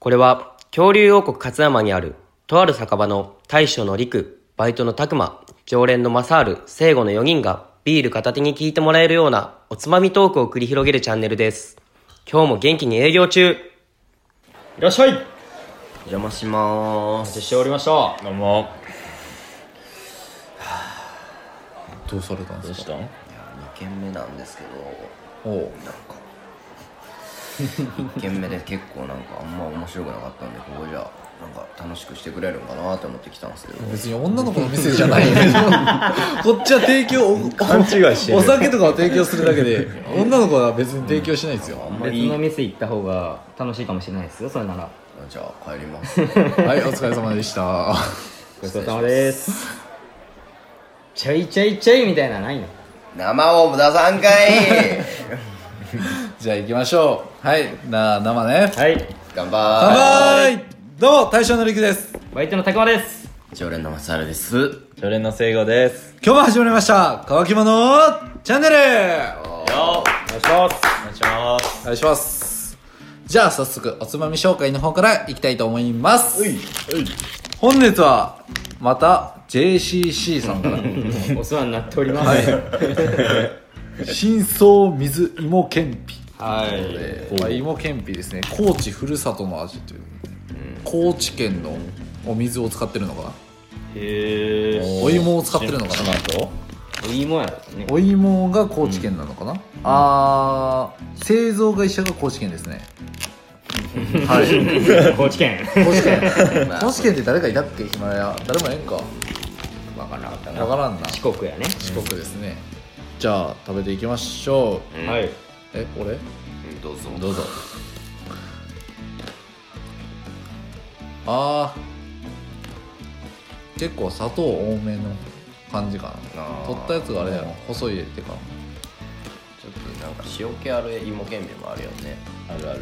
これは恐竜王国勝山にあるとある酒場の大将の陸、バイトの拓磨、常連のマサール、聖護の4人がビール片手に聞いてもらえるようなおつまみトークを繰り広げるチャンネルです。今日も元気に営業中。いらっしゃい。お邪魔しまーす。 待ちしておりました。 どうも。 どうされたんですか？ どうしたん？ いや、2軒目なんですけど、 おう、 なんか1軒目で結構なんかあんま面白くなかったんで、ここじゃなんか楽しくしてくれるんかなと思って来たんですけど、 別に女の子の店じゃないよこっちは提供勘違いしてる。 お酒とかを提供するだけで女の子は別に提供しないですよ、 あんまり別の店行った方が楽しいかもしれないですよ、それなら。 じゃあ帰ります。 はい、お疲れ様でした。 ごちそうさまです。ちょいちょいちょいみたいなのないの？ 生を出さんかい。 じゃあ行きましょう。はい、生ね。 はい。 乾乾杯。 杯。どうも、大将のりくです。 バイトの高間です。 常連のマサルです。 常連の聖護です。 今日も始まりました乾き物チャンネル。 よお願いします。 お願いします。 お願いします。じゃあ早速おつまみ紹介の方からいきたいと思います。本日はまた JCC さんからお世話になっております。 深層水芋けんぴ、 はい。 芋けんぴですね。高知ふるさとの味という、高知県のお水を使ってるのかな、 へー。 お芋を使ってるのかな、 お芋やろね。 お芋が高知県なのかな、製造会社が高知県ですね。はい高知県。 高知県高知県って誰かいたっけ？ヒマラヤ誰もええんかわからなかったな。 わからんな。 四国やね。 四国ですね。じゃあ食べていきましょう。 はい。 俺どうぞ。 どうぞ。結構砂糖多めの感じかな。取ったやつがあれやろ、細いっていうか。 ちょっとなんか塩気ある芋けんぴもあるよね。 あるある。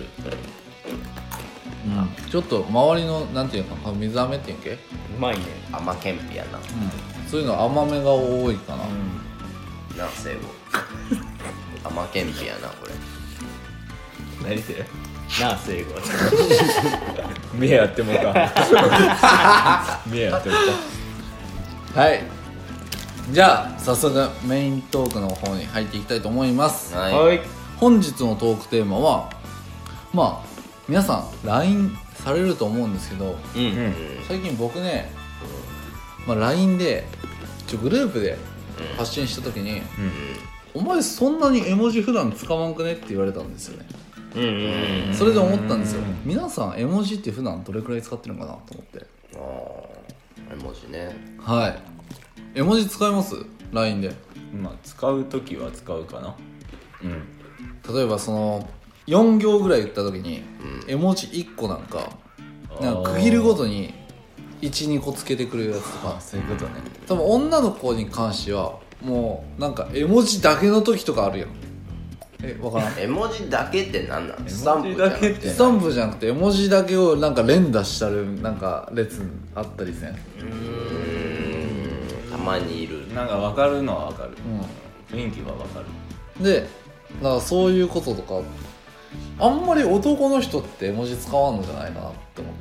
ちょっと周りのなんていうか水飴っていうんけ、 うまいね。 甘けんぴやな。 そういうの甘めが多いかな。 なあ、聖子。甘けんぴやな、これ。 何それ？ なあ、聖子。 目やってもうた。目やってもうはい。じゃあ早速メイントークの方に入っていきたいと思います。 はい。 はい。 本日のトークテーマは、まあ皆さん LINE されると思うんですけど、最近僕ね、LINE でグループで発信した時に、お前そんなに絵文字普段使わんくねって言われたんですよね。それで思ったんですよ。皆さん絵文字って普段どれくらい使ってるのかなと思って。 絵文字ね。 はい。絵文字使います？ LINE で。 まあ使うときは使うかな。 例えばその4行ぐらい言った時に、絵文字1個なんか区切るごとに 1,2 個つけてくれるやつとか。 そういうことね。 多分女の子に関してはもうなんか絵文字だけの時とかあるやん。わからん。 絵文字だけって何なん？スタンプじゃなくて。 スタンプじゃなくて絵文字だけをなんか連打したるなんか列あったりせん。 たまにいる。 なんか分かるのは分かる。雰囲気は分かる。 でだからそういうこととかあんまり男の人って絵文字使わんのじゃないかなって思って、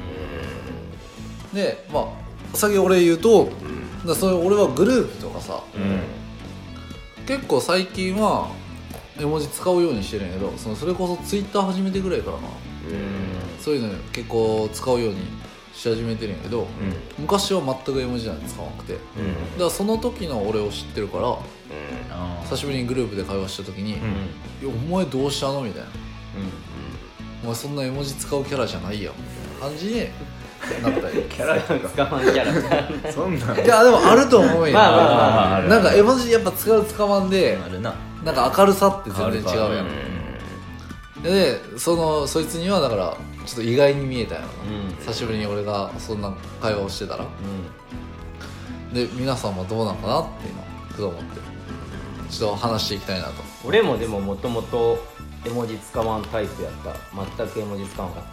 で先俺言うと、だからそういう俺はグループとかさ、結構最近は絵文字使うようにしてるんやけど、それこそツイッター始めてぐらいからな、そういうの結構使うようにし始めてるんやけど、昔は全く絵文字なんて使わなくて、だからその時の俺を知ってるから、久しぶりにグループで会話した時に「いやお前どうしたの?」みたいな「お前そんな絵文字使うキャラじゃないやん」みたいな感じになったりキャラとか使わんキャラ。 そんなんいやでもあると思うよ。 まあなんか絵文字やっぱ使うわんであるな。 なんか明るさって全然違うやん。でそいつにはだからちょっと意外に見えたよな、久しぶりに俺がそんな会話をしてたら、で皆さんもどうなんかなっていうのをふと思ってちょっと話していきたいなと。 俺もでももともと絵文字使わんタイプやった。全く絵文字使わんかった。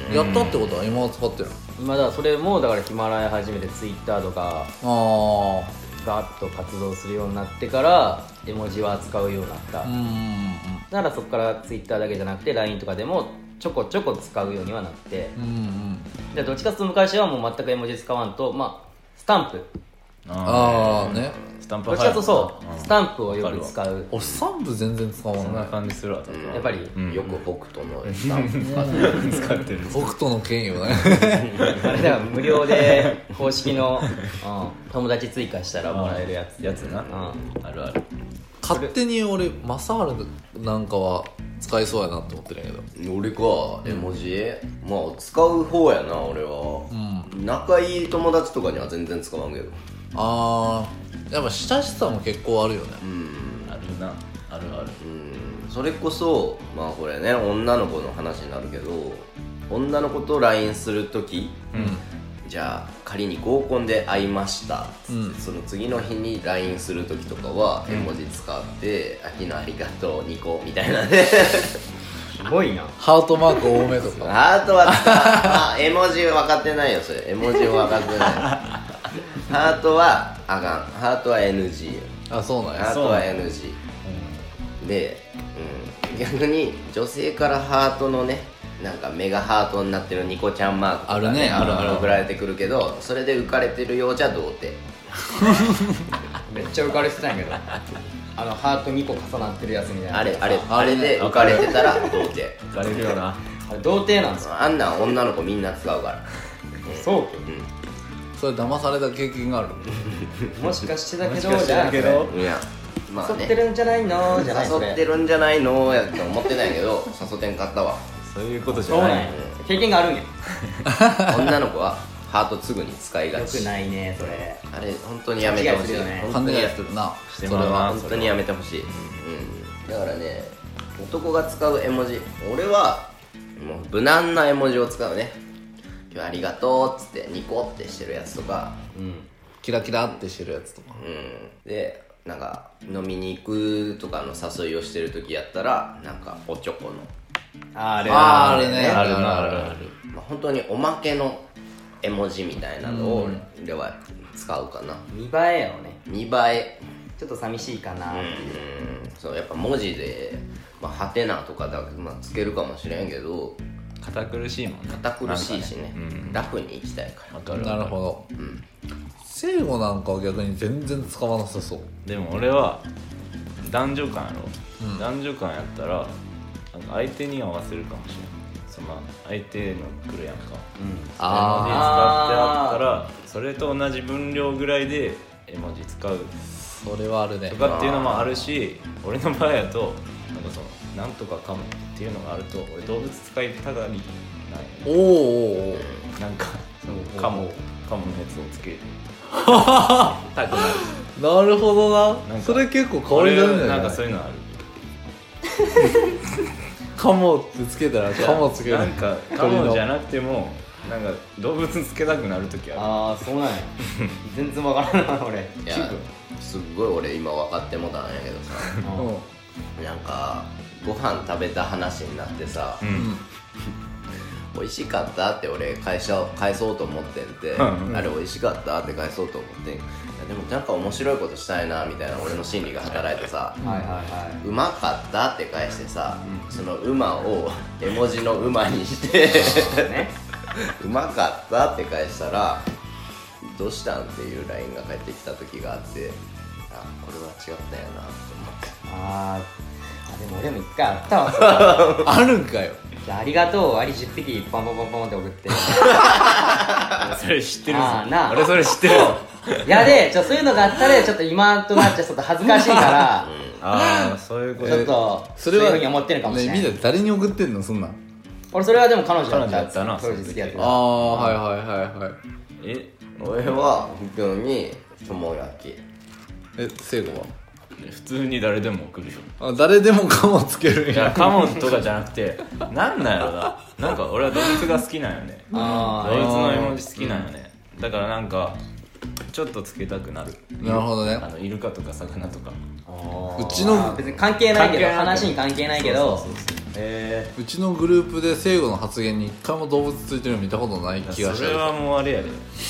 やったってことは今は使ってる今だからそれもだからヒマラヤ始めてツイッターとかの？ ガーッと活動するようになってから絵文字は使うようになった。だからそこからツイッターだけじゃなくて LINE とかでもちょこちょこ使うようにはなって、 うんでどっちかというと昔はもう全く絵文字使わんと、まあスタンプ、 ああね、 スタンプどっちかというとそう、 んスタンプをよく使う。 俺スタンプ全然使わそんなない。 感じするわ多分やっぱり、 よく北斗のスタンプ使ってる使ってる北斗の権威をねあれだから無料で公式の、友達追加したらもらえるやつ。 やつな、あるある。 勝手に俺マサールなんかは使いそうやなって思ってるんやけど。 俺か絵文字、まあ使う方やな俺は、仲いい友達とかには全然使わんけど。 あーやっぱ親しさも結構あるよね。 あるな、あるある。 それこそまあこれね女の子の話になるけど、女の子と LINE するとき、じゃあ仮に合コンで会いました、その次の日に LINE するときとかは絵文字使って「秋のありがとう2個」みたいなねすごいな。 ハートマーク多めとか。 ハートはあ絵文字分かってないよそれ。絵文字分かってないハートはあかん。ハートは NG よ。 あ、そうなんや。 ハートは NG で、逆に女性からハートのねなんかメガハートになってるニコちゃんマークとか、 あるね、あるある送られてくるけど、それで浮かれてるようじゃ童貞。 めっちゃ浮かれてたんやけどハート2個重なってるやつみたいな。 あれで浮かれてたら童貞。 浮かれるよな。 あれ童貞なんですか？ あんなん女の子みんな使うからそうそれ騙された経験がある。 もしかしてだけどもしかしてだけどいやまあね誘ってるんじゃないのじゃないそれ。 誘ってるんじゃないのやって思ってないけど誘ってんかったわ。 そういうことじそうなんやゃない。 経験があるんや。 女の子はハートすぐに使いがち。 よくないねそれ。 あれ本当にやめてほしい。 勘違いするよね本当に勘違いするな。 してそれはまうな本当にやめてほしい、だからね男が使う絵文字、俺はもう無難な絵文字を使うね。今日ありがとうっつってニコってしてるやつとか、 キラキラってしてるやつとか。 でなんか飲みに行くとかの誘いをしてる時やったらなんかおちょこのあれあれね、 あるなあるある。 まあ、本当におまけの絵文字みたいなのを俺は使うかな。 見栄えやろね。 見栄え、 ちょっと寂しいかな。 そうやっぱ文字でまあハテナとかだ、まあ、つけるかもしれんけど堅苦しいもんね。 堅苦しいしね、 なんかねラフに行きたいから。 わかる。 なるほど。聖護なんかは逆に全然使わなさそう。 でも俺は男女間やろ、男女間やったらなんか相手に合わせるかもしれない。その相手の来るやんか、絵文字使ってあったらそれと同じ分量ぐらいで絵文字使うそれはあるねと。かっていうのもあるし、俺の場合やとなんかそのなんとかかもっていうのがあると俺動物使いたがりなんよね。 おーおーおー。 なんかそのカモのやつをつけたくなる。 なるほどなんかな。それ結構変わり種だよね。 なんかそういうのある。 カモってつけたらカモつける。 なんかカモじゃなくてもなんか動物つけたくなるときある。 ああそうなんや。全然わからんな俺。 いやすっごい俺今分かってもたんやけどさなんかご飯食べた話になってさ、美味しかったって俺返そうと思ってんて、あれ美味しかったって返そうと思ってん。いやでもなんか面白いことしたいなみたいな俺の心理が働いてさ、 はいはいはうまかったって返してさ、その馬を絵文字の馬にしてねうまかったって返したらどうしたんっていう LINE が返ってきた時があって、あこれは違ったんやなと思って。 あでも俺も一回あったわあるんかよ。 それありがとうアリ10匹ポンポンポンポンって送ってそれ知ってるぞ。 なあ俺それ知ってるぞ。 いやでそういうのがあったらちょっと今となっちゃちょっと恥ずかしいからああそういうこと。 ちょっとそれはそういうふうに思ってるかもしれない、 ね、みんな誰に送ってんのそんなん。 俺それはでも彼女だ彼女だったな当時好きやってあた。 あはいはいはいはい。 え俺は普通に友達。 聖子は普通に誰でも送るよ。 あ誰でもカモつけるんいやや。 カモとかじゃなくてなんなんやろな。なんか俺は動物が好きなんよね。動あ物の絵文字好きなんよね。だからなんかちょっとつけたくなる。 なるほどね。 イルカとか魚とか。 うちの別に関係ないけど関係ないけど話に関係ないけどそうそうそううちのグループで聖子の発言に一回も動物ついてるの見たことない気がしそれてる。 はもうあれやで。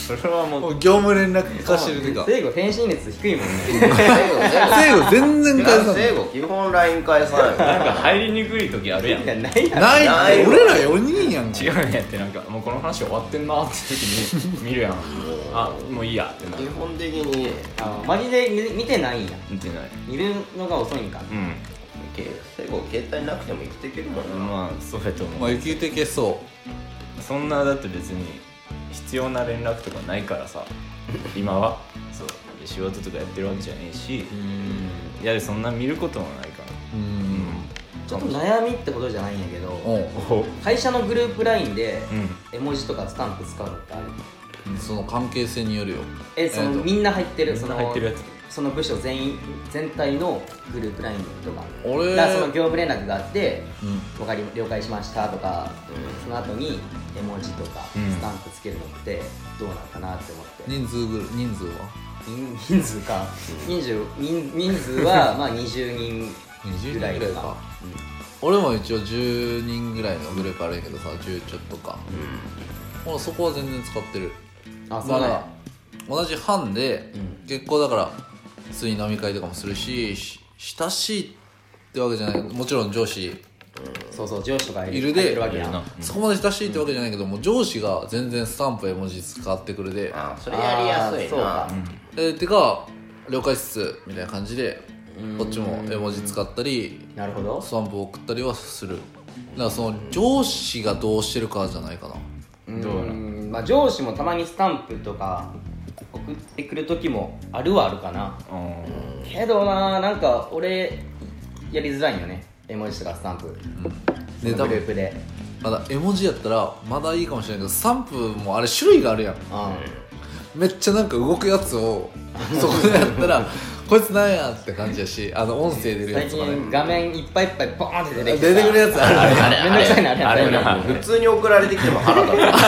それはもう業務連絡化してるっていうか聖子返信率低いもんね聖子全然返さない聖子基本 LINE 返さないなんか入りにくい時あるやんいやないやんない俺ら4人やん違うねってなんかもうこの話終わってんなって時に見るやんあもういいやってな基る本的にマジで見てないんや見てない見るのが遅いんか聖子携帯なくても生きていけるもんなまあそうやと思う、 まあ生きてけそそんなだって別に必要な連絡とかないからさ今はそう仕事とかやってるわけじゃねえしいやそんな見ることもないからちょっと悩みってことじゃないんやけどう会社のグループ LINE でうん絵文字とかスタンプ使うのってあるその関係性によるよそのみんな入ってるみんな入ってるやつその部署全体のグループ LINE とか俺だからその業務連絡があってうん了解しましたとかその後に絵文字とかスタンプつけるのってどうなのかなって思って人数は人数か人数はまあ20人 20 ぐらい人ぐらいか俺も一応10人ぐらいのグループあるんやけどさ10ちょっとかほらそこは全然使ってるあそうだまあ同じ班で結構だから普通に飲み会とかもするし親しいってわけじゃないもちろん上司そうそう上司とかいるで入ってるわけやんそこまで親しいってわけじゃないけども上司が全然スタンプ絵文字使ってくれてあそれやりやすいそうなかてか了解っすみたいな感じでこっちも絵文字使ったりなるほどスタンプ送ったりはするだからその上司がどうしてるかじゃないかなどうなのまあ上司もたまにスタンプとか送ってくる時もあるはあるかなけどなんか俺やりづらいんよね絵文字とかスタンプでそのグループでまだ絵文字やったらまだいいかもしれないけどスタンプもあれ種類があるやんめっちゃなんか動くやつをそこでやったらこいつなんやって感じやし音声出るや最つとかね近画面いっぱいいっぱいボーンって出てきて出てくるやつあるめんどくさいなあれな普通に送られてきても腹立つだ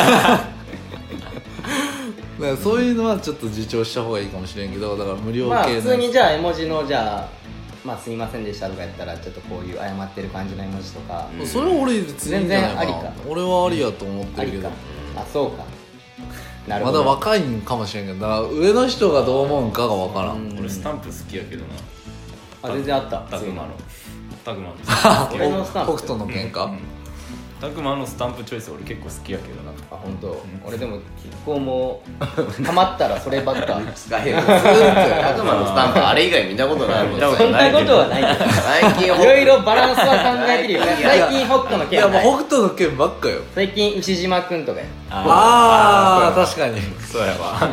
からそういうのはちょっと自重した方がいいかもしれんけどだから無料系のまあ普通にじゃあ絵文字のじゃあまあすみませんでしたとかやったらちょっとこういう謝ってる感じの絵文字とかそれは俺別にいいんじゃないかな全然ありか俺はありやと思ってるけどありかあそうかなるまほどだ若いんかもしれんけどだから上の人がどう思うんかが分からん俺スタンプ好きやけどなあ全然あったタクマの俺のスタンプ北斗の喧嘩タクマのスタンプチョイス俺結構好きやけどなあ本当。俺でも結構もうたまったらそればっか使える悪魔のスタンプあれ以外見たことないもん見たこそんなことはないけど最近いろいろバランスは考えてるよ最近北斗のいやもう件北斗の拳ばっかよ最近牛島くんとかやああ確かにそうやわ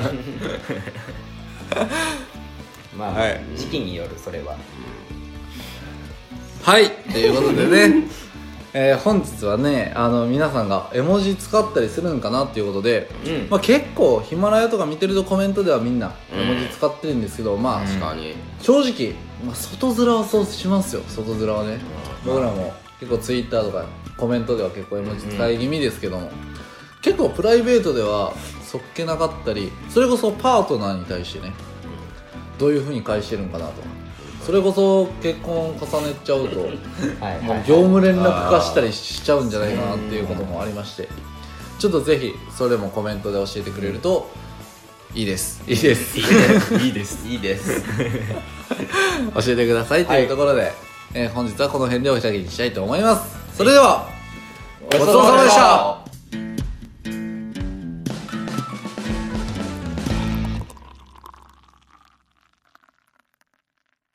まあ、 はい時期によるそれははいということでね本日はね皆さんが絵文字使ったりするんかなっていうことで、まあ、結構ヒマラヤとか見てるとコメントではみんな絵文字使ってるんですけど、まあ確かに正直、まあ、外面はそうしますよ外面はね僕らも結構ツイッターとかコメントでは結構絵文字使い気味ですけども、結構プライベートではそっけなかったりそれこそパートナーに対してねどういう風に返してるんかなとそれこそ結婚重ねちゃうとはいもう業務連絡化したりしちゃうんじゃないかなっていうこともありましてちょっとぜひそれもコメントで教えてくれるといいですいいですいいですいいです教えてくださいというところで、本日はこの辺でおしゃぎりにしたいと思いますそれではごちそうさまでした